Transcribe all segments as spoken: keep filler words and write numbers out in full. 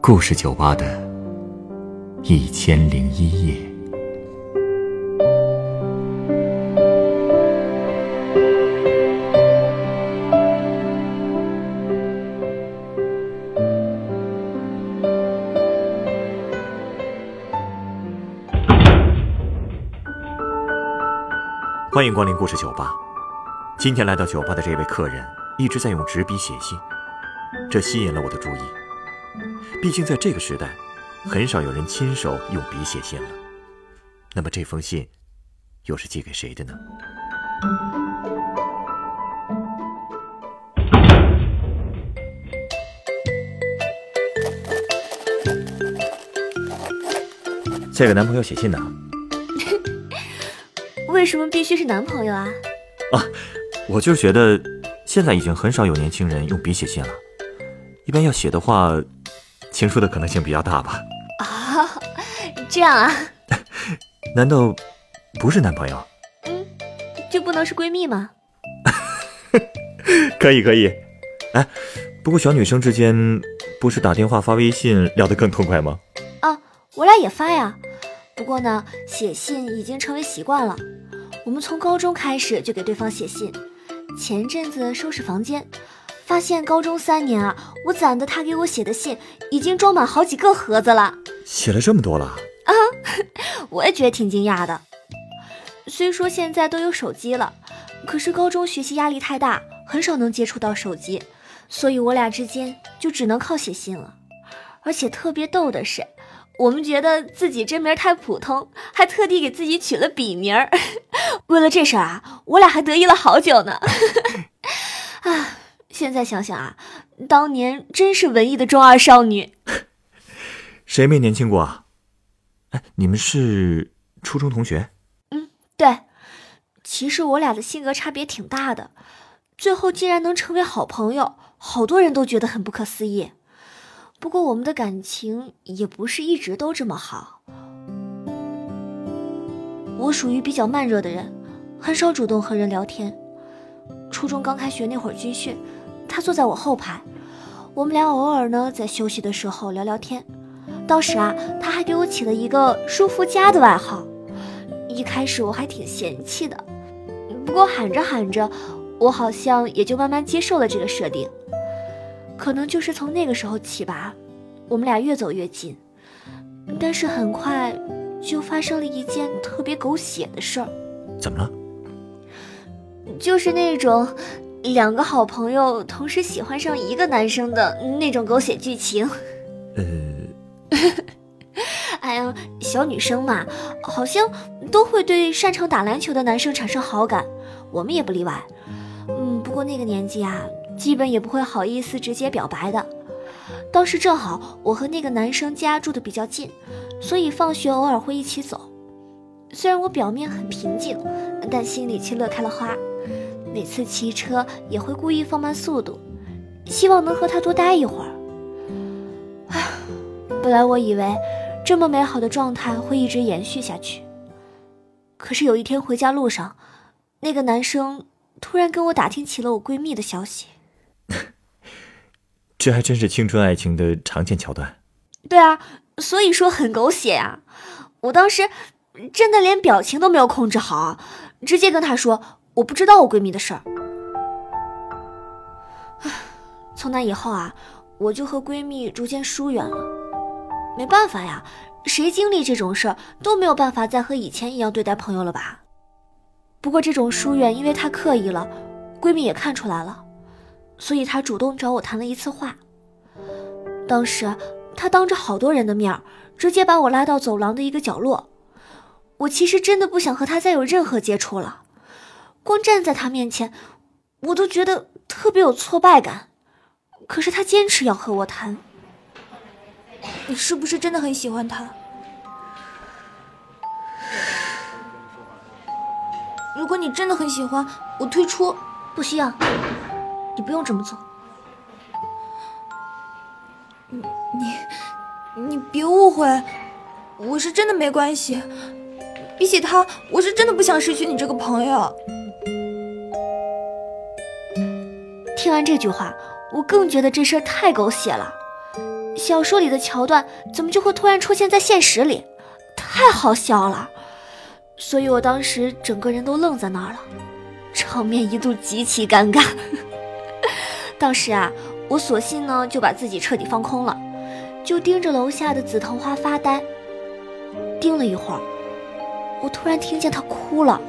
故事酒吧的一千零一夜。欢迎光临故事酒吧。今天来到酒吧的这位客人一直在用纸笔写信，这吸引了我的注意。毕竟在这个时代，很少有人亲手用笔写信了。那么这封信又是寄给谁的呢？在给男朋友写信呢？ 为什么必须是男朋友啊？ 啊，我就是觉得现在已经很少有年轻人用笔写信了，一般要写的话，情书的可能性比较大吧。 啊，这样啊？ 难道不是男朋友？ 嗯，就不能是闺蜜吗？ 可以可以。哎，不过小女生之间不是打电话发微信聊得更痛快吗？ 啊，我俩也发呀。不过呢，写信已经成为习惯了。我们从高中开始就给对方写信。前阵子收拾房间，发现高中三年啊，我攒的他给我写的信已经装满好几个盒子了。 写了这么多了？ 啊，我也觉得挺惊讶的。虽说现在都有手机了，可是高中学习压力太大，很少能接触到手机，所以我俩之间就只能靠写信了。而且特别逗的是，我们觉得自己真名太普通，还特地给自己取了笔名儿。为了这事儿啊，我俩还得意了好久呢。啊，现在想想啊，当年真是文艺的中二少女。 谁没年轻过啊？哎，你们是初中同学？ 嗯，对。其实我俩的性格差别挺大的，最后竟然能成为好朋友，好多人都觉得很不可思议。不过我们的感情也不是一直都这么好。我属于比较慢热的人，很少主动和人聊天。初中刚开学那会儿军训，他坐在我后排，我们俩偶尔呢在休息的时候聊聊天。当时啊，他还给我起了一个舒肤佳的外号。一开始我还挺嫌弃的，不过喊着喊着，我好像也就慢慢接受了这个设定。可能就是从那个时候起吧，我们俩越走越近。但是很快就发生了一件特别狗血的事儿。 怎么了？ 就是那种两个好朋友同时喜欢上一个男生的那种狗血剧情。 呃， 哎呀，小女生嘛，好像都会对擅长打篮球的男生产生好感，我们也不例外。嗯，不过那个年纪啊，基本也不会好意思直接表白的。当时正好我和那个男生家住得比较近，所以放学偶尔会一起走。虽然我表面很平静，但心里却乐开了花。每次骑车也会故意放慢速度，希望能和他多待一会儿。唉，本来我以为这么美好的状态会一直延续下去，可是有一天回家路上，那个男生突然跟我打听起了我闺蜜的消息。 这还真是青春爱情的常见桥段。 对啊，所以说很狗血啊。我当时真的连表情都没有控制好，直接跟他说我不知道我闺蜜的事儿。从那以后啊，我就和闺蜜逐渐疏远了。没办法呀，谁经历这种事儿都没有办法再和以前一样对待朋友了吧。不过这种疏远因为太刻意了，闺蜜也看出来了，所以她主动找我谈了一次话。当时她当着好多人的面，直接把我拉到走廊的一个角落。我其实真的不想和她再有任何接触了，光站在她面前，我都觉得特别有挫败感。可是她坚持要和我谈。 你是不是真的很喜欢他？如果你真的很喜欢，我退出。 不需要，你不用这么做。 你你你别误会，我是真的没关系。比起他，我是真的不想失去你这个朋友。 听完这句话，我更觉得这事儿太狗血了。 小说里的桥段怎么就会突然出现在现实里？太好笑了！所以我当时整个人都愣在那儿了，场面一度极其尴尬。当时啊，我索性呢就把自己彻底放空了，就盯着楼下的紫藤花发呆。盯了一会儿，我突然听见他哭了。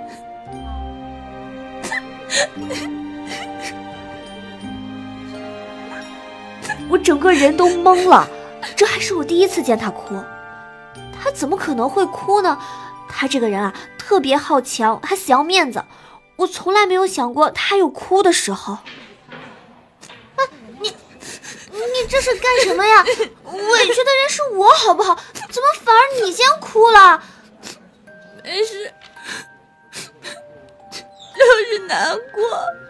我整个人都懵了，这还是我第一次见他哭。他怎么可能会哭呢？他这个人啊，特别好强，还死要面子。我从来没有想过他有哭的时候。啊，你你这是干什么呀？委屈的人是我好不好？怎么反而你先哭了？ 没事，就是难过。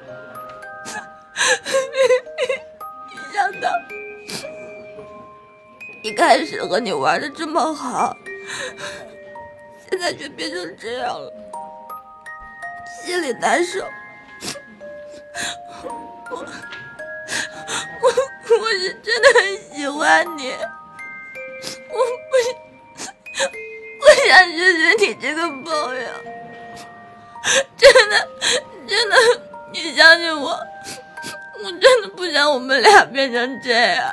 没想到一开始和你玩的这么好，现在却变成这样了，心里难受。我我我是真的很喜欢你，我不不想失去你这个朋友，真的真的，你相信我，我真的不想我们俩变成这样。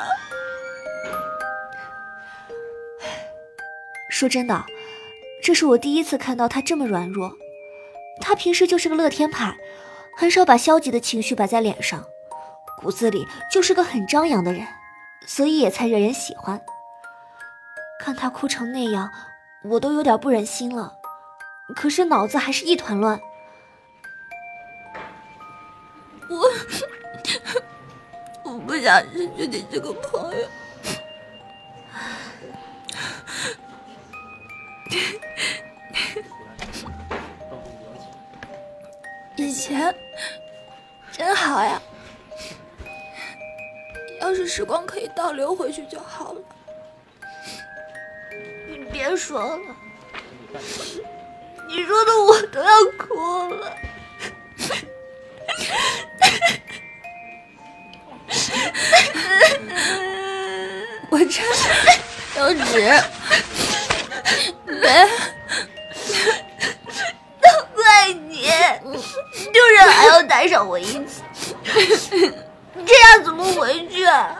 说真的，这是我第一次看到他这么软弱。他平时就是个乐天派，很少把消极的情绪摆在脸上，骨子里就是个很张扬的人，所以也才惹人喜欢。看他哭成那样，我都有点不忍心了，可是脑子还是一团乱。 我我不想失去你这个朋友。以前真好呀，要是时光可以倒流回去就好了。 你别说了，你说的我都要哭了。 我这有纸，别都怪你，就是还要带上我一起，这样怎么回去啊？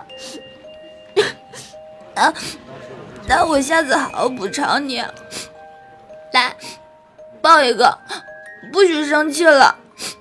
啊，那我下次好好补偿你。来，抱一个，不许生气了。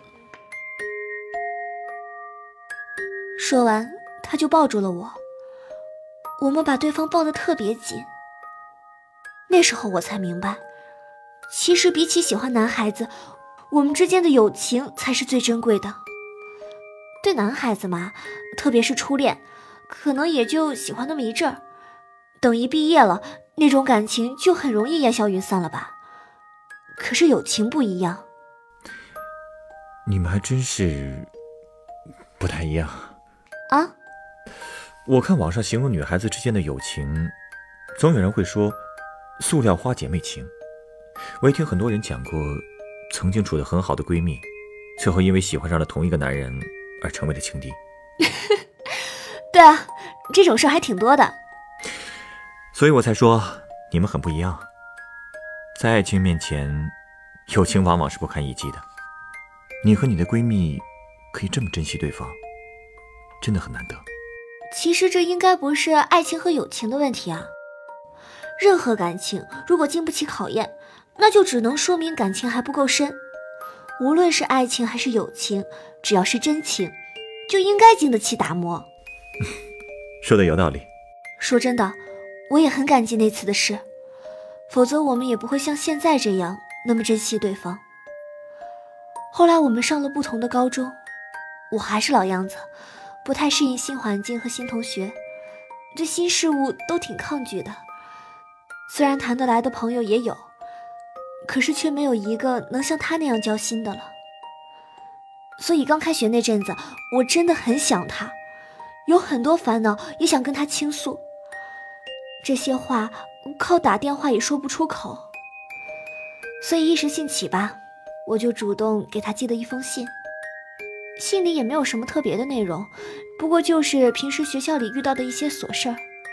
说完，他就抱住了我，我们把对方抱得特别紧。那时候我才明白，其实比起喜欢男孩子，我们之间的友情才是最珍贵的。对男孩子嘛，特别是初恋，可能也就喜欢那么一阵儿，等一毕业了，那种感情就很容易烟消云散了吧。可是友情不一样。 你们还真是不太一样啊。 我看网上形容女孩子之间的友情，总有人会说塑料花姐妹情。我也听很多人讲过，曾经处得很好的闺蜜，最后因为喜欢上了同一个男人而成为了情敌。 对啊，这种事还挺多的。 所以我才说你们很不一样。在爱情面前，友情往往是不堪一击的。你和你的闺蜜可以这么珍惜对方，真的很难得。 其实这应该不是爱情和友情的问题啊。任何感情如果经不起考验，那就只能说明感情还不够深。无论是爱情还是友情，只要是真情，就应该经得起打磨。 说的有道理。 说真的，我也很感激那次的事，否则我们也不会像现在这样那么珍惜对方。后来我们上了不同的高中，我还是老样子，不太适应新环境和新同学，对新事物都挺抗拒的。虽然谈得来的朋友也有，可是却没有一个能像他那样交心的了。所以刚开学那阵子，我真的很想他，有很多烦恼也想跟他倾诉，这些话靠打电话也说不出口。所以一时兴起吧，我就主动给他寄了一封信。信里也没有什么特别的内容，不过就是平时学校里遇到的一些琐事儿，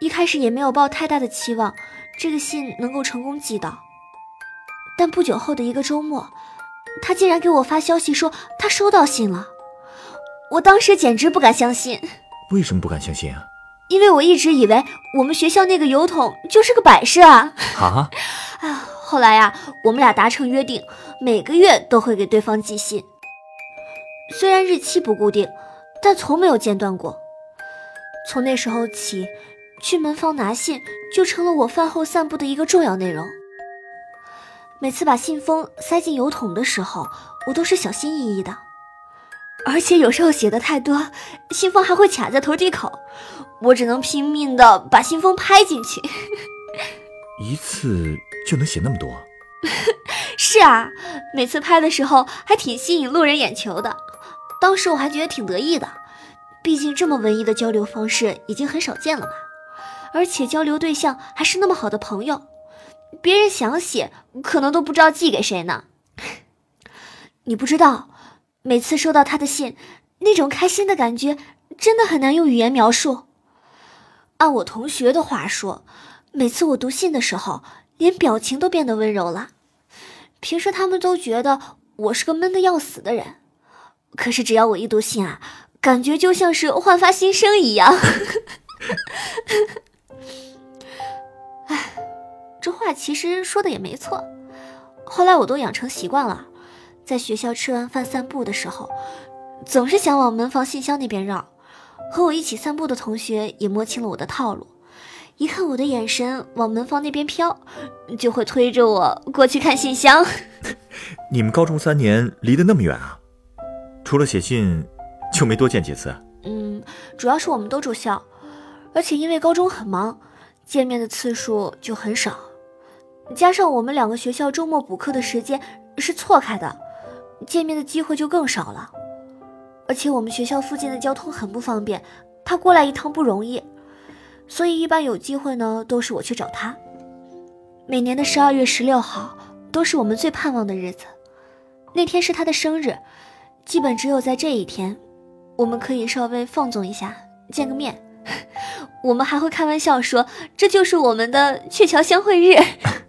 一开始也没有抱太大的期望，这个信能够成功寄到。但不久后的一个周末，他竟然给我发消息说他收到信了。我当时简直不敢相信。 为什么不敢相信啊？ 因为我一直以为我们学校那个邮筒就是个摆设啊。 啊？ 啊，后来呀、啊，我们俩达成约定，每个月都会给对方寄信。虽然日期不固定，但从没有间断过。从那时候起，去门房拿信就成了我饭后散步的一个重要内容。每次把信封塞进邮筒的时候，我都是小心翼翼的，而且有时候写的太多，信封还会卡在投递口，我只能拼命的把信封拍进去。 一次就能写那么多？ 是啊，每次拍的时候还挺吸引路人眼球的，当时我还觉得挺得意的，毕竟这么文艺的交流方式已经很少见了嘛，而且交流对象还是那么好的朋友，别人想写可能都不知道寄给谁呢。你不知道，每次收到他的信，那种开心的感觉真的很难用语言描述。按我同学的话说，每次我读信的时候，连表情都变得温柔了。平时他们都觉得我是个闷得要死的人，可是只要我一读信啊，感觉就像是焕发新生一样。唉，这话其实说的也没错。后来我都养成习惯了，在学校吃完饭散步的时候，总是想往门房信箱那边绕。和我一起散步的同学也摸清了我的套路，一看我的眼神往门房那边飘，就会推着我过去看信箱。 你们高中三年离得那么远啊？除了写信就没多见几次？ 嗯，主要是我们都住校，而且因为高中很忙，见面的次数就很少，加上我们两个学校周末补课的时间是错开的，见面的机会就更少了。而且我们学校附近的交通很不方便，他过来一趟不容易，所以一般有机会呢都是我去找他。每年的十二月十六号都是我们最盼望的日子，那天是他的生日，基本只有在这一天我们可以稍微放纵一下，见个面。我们还会开玩笑说这就是我们的鹊桥相会日。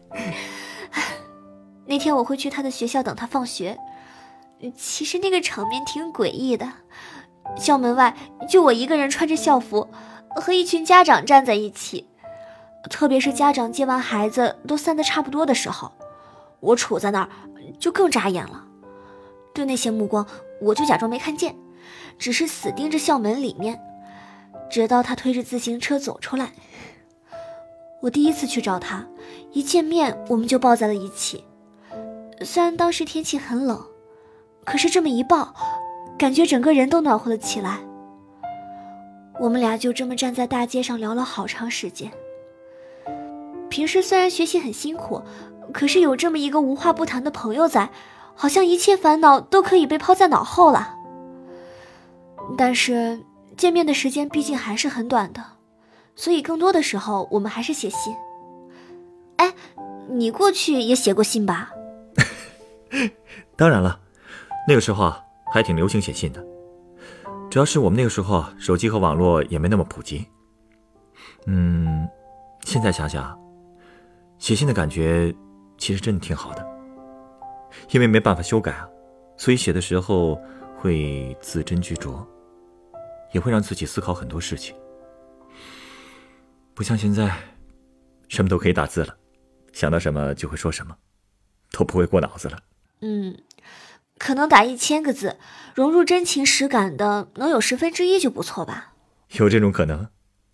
那天我会去他的学校等他放学，其实那个场面挺诡异的，校门外就我一个人穿着校服，和一群家长站在一起，特别是家长接完孩子都散得差不多的时候，我杵在那儿就更扎眼了。对那些目光我就假装没看见，只是死盯着校门里面，直到他推着自行车走出来。我第一次去找他，一见面我们就抱在了一起。虽然当时天气很冷，可是这么一抱，感觉整个人都暖和了起来。我们俩就这么站在大街上聊了好长时间。平时虽然学习很辛苦，可是有这么一个无话不谈的朋友在，好像一切烦恼都可以被抛在脑后了。但是见面的时间毕竟还是很短的，所以更多的时候我们还是写信。哎，你过去也写过信吧？ 当然了，那个时候啊还挺流行写信的，主要是我们那个时候手机和网络也没那么普及。嗯，现在想想，写信的感觉其实真的挺好的，因为没办法修改啊，所以写的时候会字斟句酌，也会让自己思考很多事情。不像现在，什么都可以打字了，想到什么就会说什么，都不会过脑子了。 嗯，可能打一千个字，融入真情实感的能有十分之一就不错吧。 有这种可能？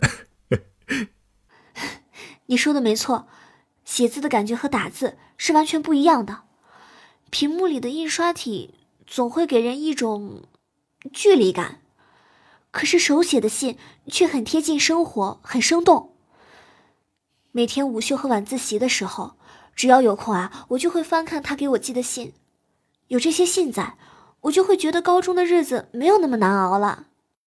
你说的没错，写字的感觉和打字是完全不一样的。屏幕里的印刷体总会给人一种距离感，可是手写的信却很贴近生活，很生动。每天午休和晚自习的时候，只要有空啊，我就会翻看他给我寄的信。有这些信在，我就会觉得高中的日子没有那么难熬了。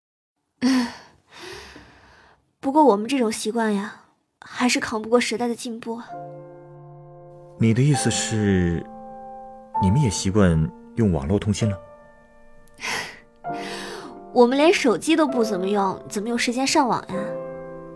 不过我们这种习惯呀，还是扛不过时代的进步啊。 你的意思是，你们也习惯用网络通信了？ 我们连手机都不怎么用，怎么有时间上网呀？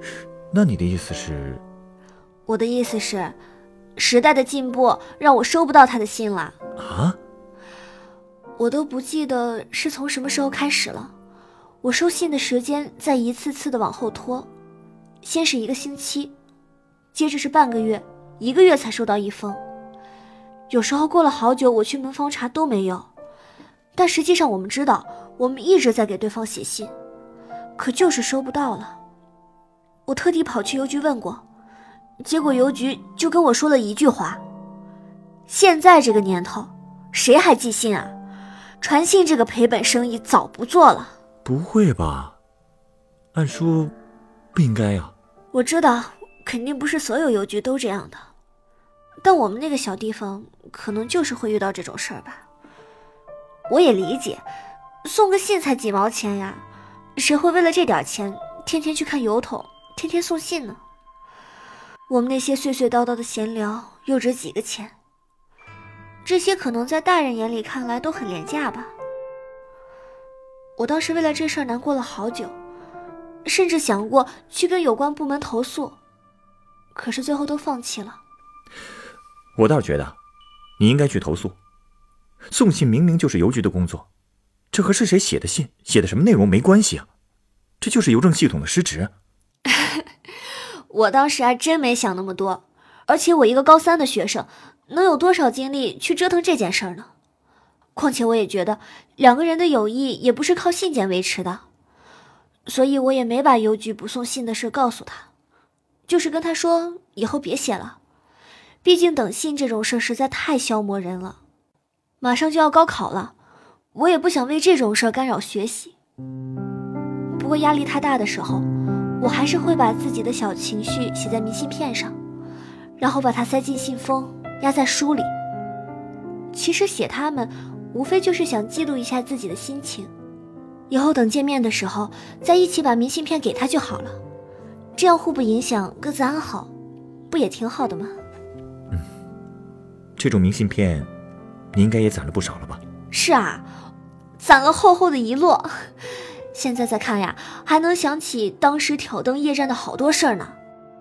那你的意思是？ 我的意思是，时代的进步让我收不到他的信了。 啊？ 我都不记得是从什么时候开始了，我收信的时间在一次次的往后拖，先是一个星期，接着是半个月，一个月才收到一封。有时候过了好久，我去门房查都没有。但实际上我们知道，我们一直在给对方写信，可就是收不到了。我特地跑去邮局问过，结果邮局就跟我说了一句话：现在这个年头，谁还寄信啊？传信这个赔本生意早不做了。 不会吧？按说不应该呀。 我知道，肯定不是所有邮局都这样的，但我们那个小地方可能就是会遇到这种事儿吧。我也理解，送个信才几毛钱呀，谁会为了这点钱天天去看邮筒，天天送信呢？我们那些碎碎叨叨的闲聊又值几个钱？这些可能在大人眼里看来都很廉价吧。我当时为了这事儿难过了好久，甚至想过去跟有关部门投诉，可是最后都放弃了。 我倒是觉得你应该去投诉。送信明明就是邮局的工作，这和是谁写的信，写的什么内容没关系啊，这就是邮政系统的失职。 我当时还真没想那么多，而且我一个高三的学生，能有多少精力去折腾这件事儿呢？况且我也觉得两个人的友谊也不是靠信件维持的，所以我也没把邮局不送信的事告诉他，就是跟他说以后别写了，毕竟等信这种事实在太消磨人了。马上就要高考了，我也不想为这种事干扰学习。不过压力太大的时候，我还是会把自己的小情绪写在明信片上，然后把它塞进信封，压在书里。其实写它们无非就是想记录一下自己的心情，以后等见面的时候再一起把明信片给他就好了，这样互不影响，各自安好，不也挺好的吗？ 嗯，这种明信片你应该也攒了不少了吧？ 是啊，攒了厚厚的一摞。现在再看呀，还能想起当时挑灯夜战的好多事儿呢。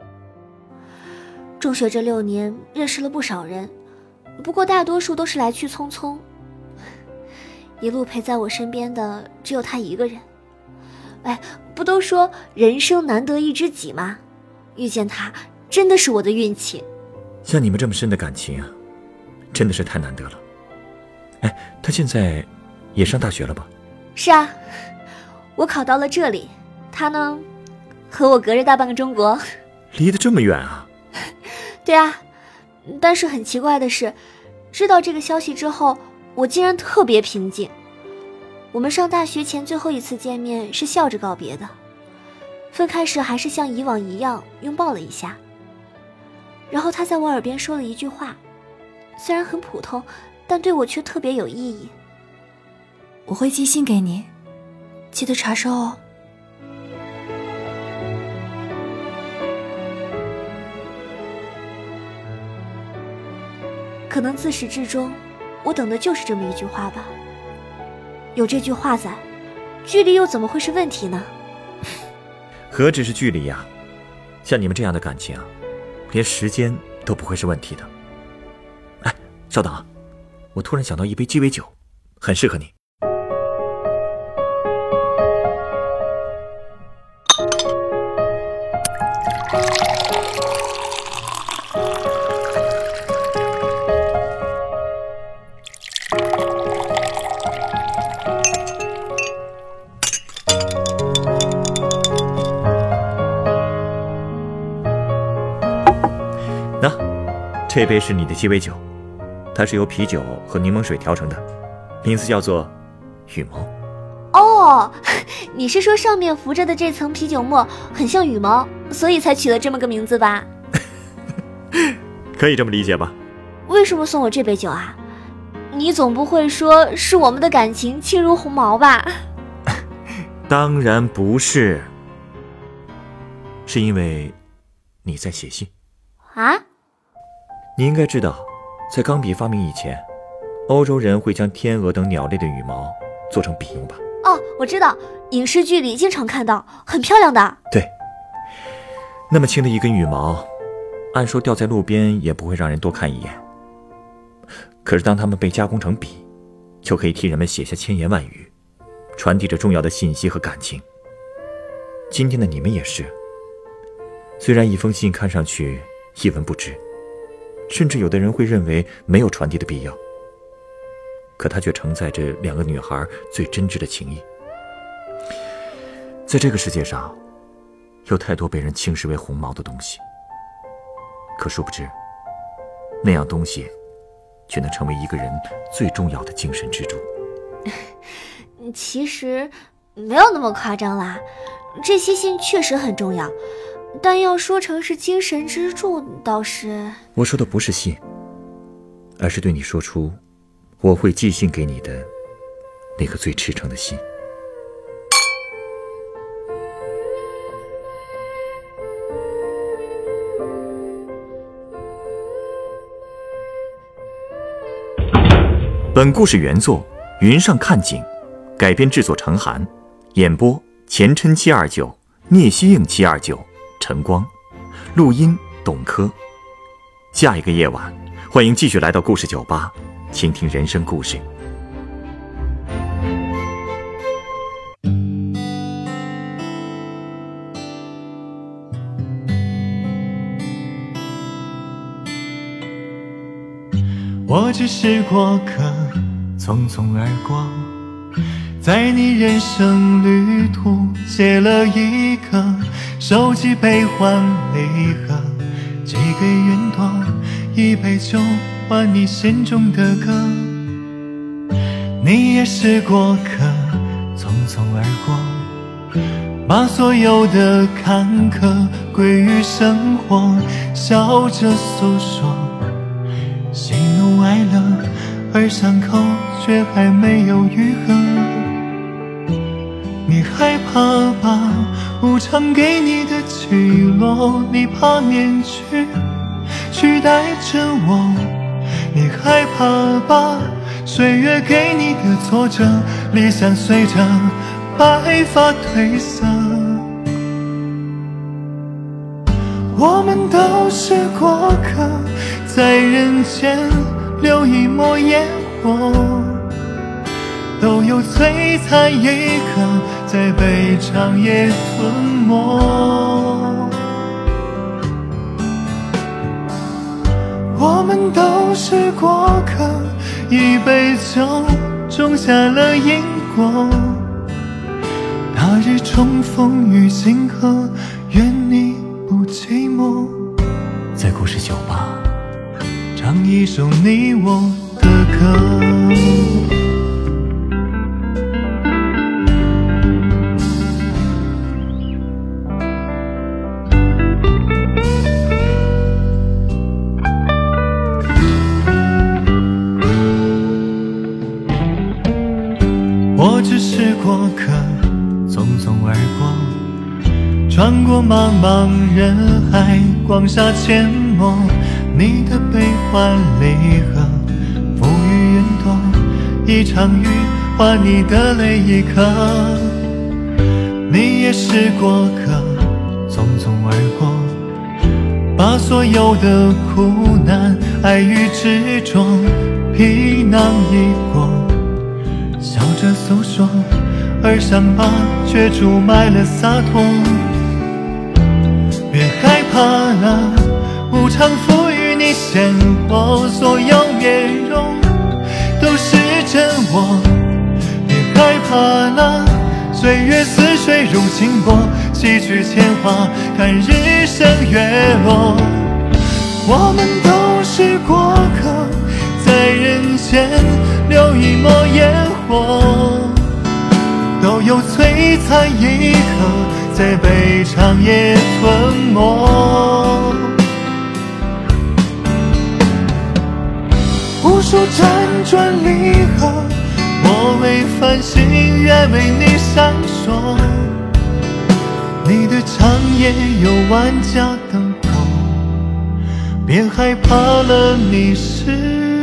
中学这六年认识了不少人，不过大多数都是来去匆匆，一路陪在我身边的只有他一个人。哎，不都说人生难得一知己吗？遇见他真的是我的运气。 像你们这么深的感情啊，真的是太难得了。哎，他现在也上大学了吧？是啊，我考到了这里，他呢，和我隔着大半个中国。 离得这么远啊？ 对啊，但是很奇怪的是，知道这个消息之后，我竟然特别平静。我们上大学前最后一次见面是笑着告别的，分开时还是像以往一样拥抱了一下。然后他在我耳边说了一句话，虽然很普通，但对我却特别有意义。 我会寄信给你，记得查收哦。 可能自始至终，我等的就是这么一句话吧。有这句话在，距离又怎么会是问题呢？ 何止是距离呀，像你们这样的感情啊，连时间都不会是问题的。哎，稍等啊，我突然想到一杯鸡尾酒，很适合你。那，这杯是你的鸡尾酒，它是由啤酒和柠檬水调成的，名字叫做羽毛。 哦，你是说上面浮着的这层啤酒沫很像羽毛，所以才取了这么个名字吧？ 可以这么理解吧？ 为什么送我这杯酒啊？你总不会说是我们的感情轻如鸿毛吧？ 当然不是，是因为你在写信啊。 你应该知道，在钢笔发明以前，欧洲人会将天鹅等鸟类的羽毛做成笔用吧？ 哦，我知道，影视剧里经常看到，很漂亮的。 对， 那么轻的一根羽毛，按说掉在路边也不会让人多看一眼，可是当它们被加工成笔，就可以替人们写下千言万语，传递着重要的信息和感情。今天的你们也是，虽然一封信看上去一文不值，甚至有的人会认为没有传递的必要，可它却承载着两个女孩最真挚的情谊。在这个世界上，有太多被人轻视为鸿毛的东西，可殊不知，那样东西却能成为一个人最重要的精神支柱。 其实没有那么夸张啦，这些信确实很重要，但要说成是精神支柱倒是…… 我说的不是信，而是对你说出我会寄信给你的那个最赤诚的心。本故事原作云上看景，改编制作陈寒，演播前琛七二九、聂西应七二九、晨光，录音董珂。下一个夜晚，欢迎继续来到故事酒吧，倾听人生故事。 我只是过客，匆匆而过，在你人生旅途写了一个手机悲欢离合，寄给云朵一杯酒，换你心中的歌。你也是过客，匆匆而过，把所有的坎坷归于生活，笑着诉说喜怒哀乐，而伤口却还没有愈合。你害怕把无常给你的起落，你怕面具取代着我，你害怕把岁月给你的挫折，理想随着白发褪色。我们都是过客，在人间留一抹烟火，都有璀璨一刻在被长夜吞没。我们都是过客，一杯酒种下了因果，那日重逢于星河，愿你不寂寞。 在故事酒吧唱一首你我的歌。我只是过客，匆匆而过，穿过茫茫人海，广厦阡陌，你的悲欢离合，浮于云朵，一场雨换你的泪一颗。你也是过客，匆匆而过，把所有的苦难爱与执着皮囊一过，笑着诉说，而伤疤却注满了洒脱。别害怕了，无常赋予你鲜活，所有面容都是真我。别害怕了，岁月似水如清波，几句铅华看日升月落。我们都是过客，在人间留一抹烟火，都有璀璨一刻在被长夜吞没。无数辗转离合，我为繁星愿为你闪烁。你的长夜有万家灯火，别害怕了，你是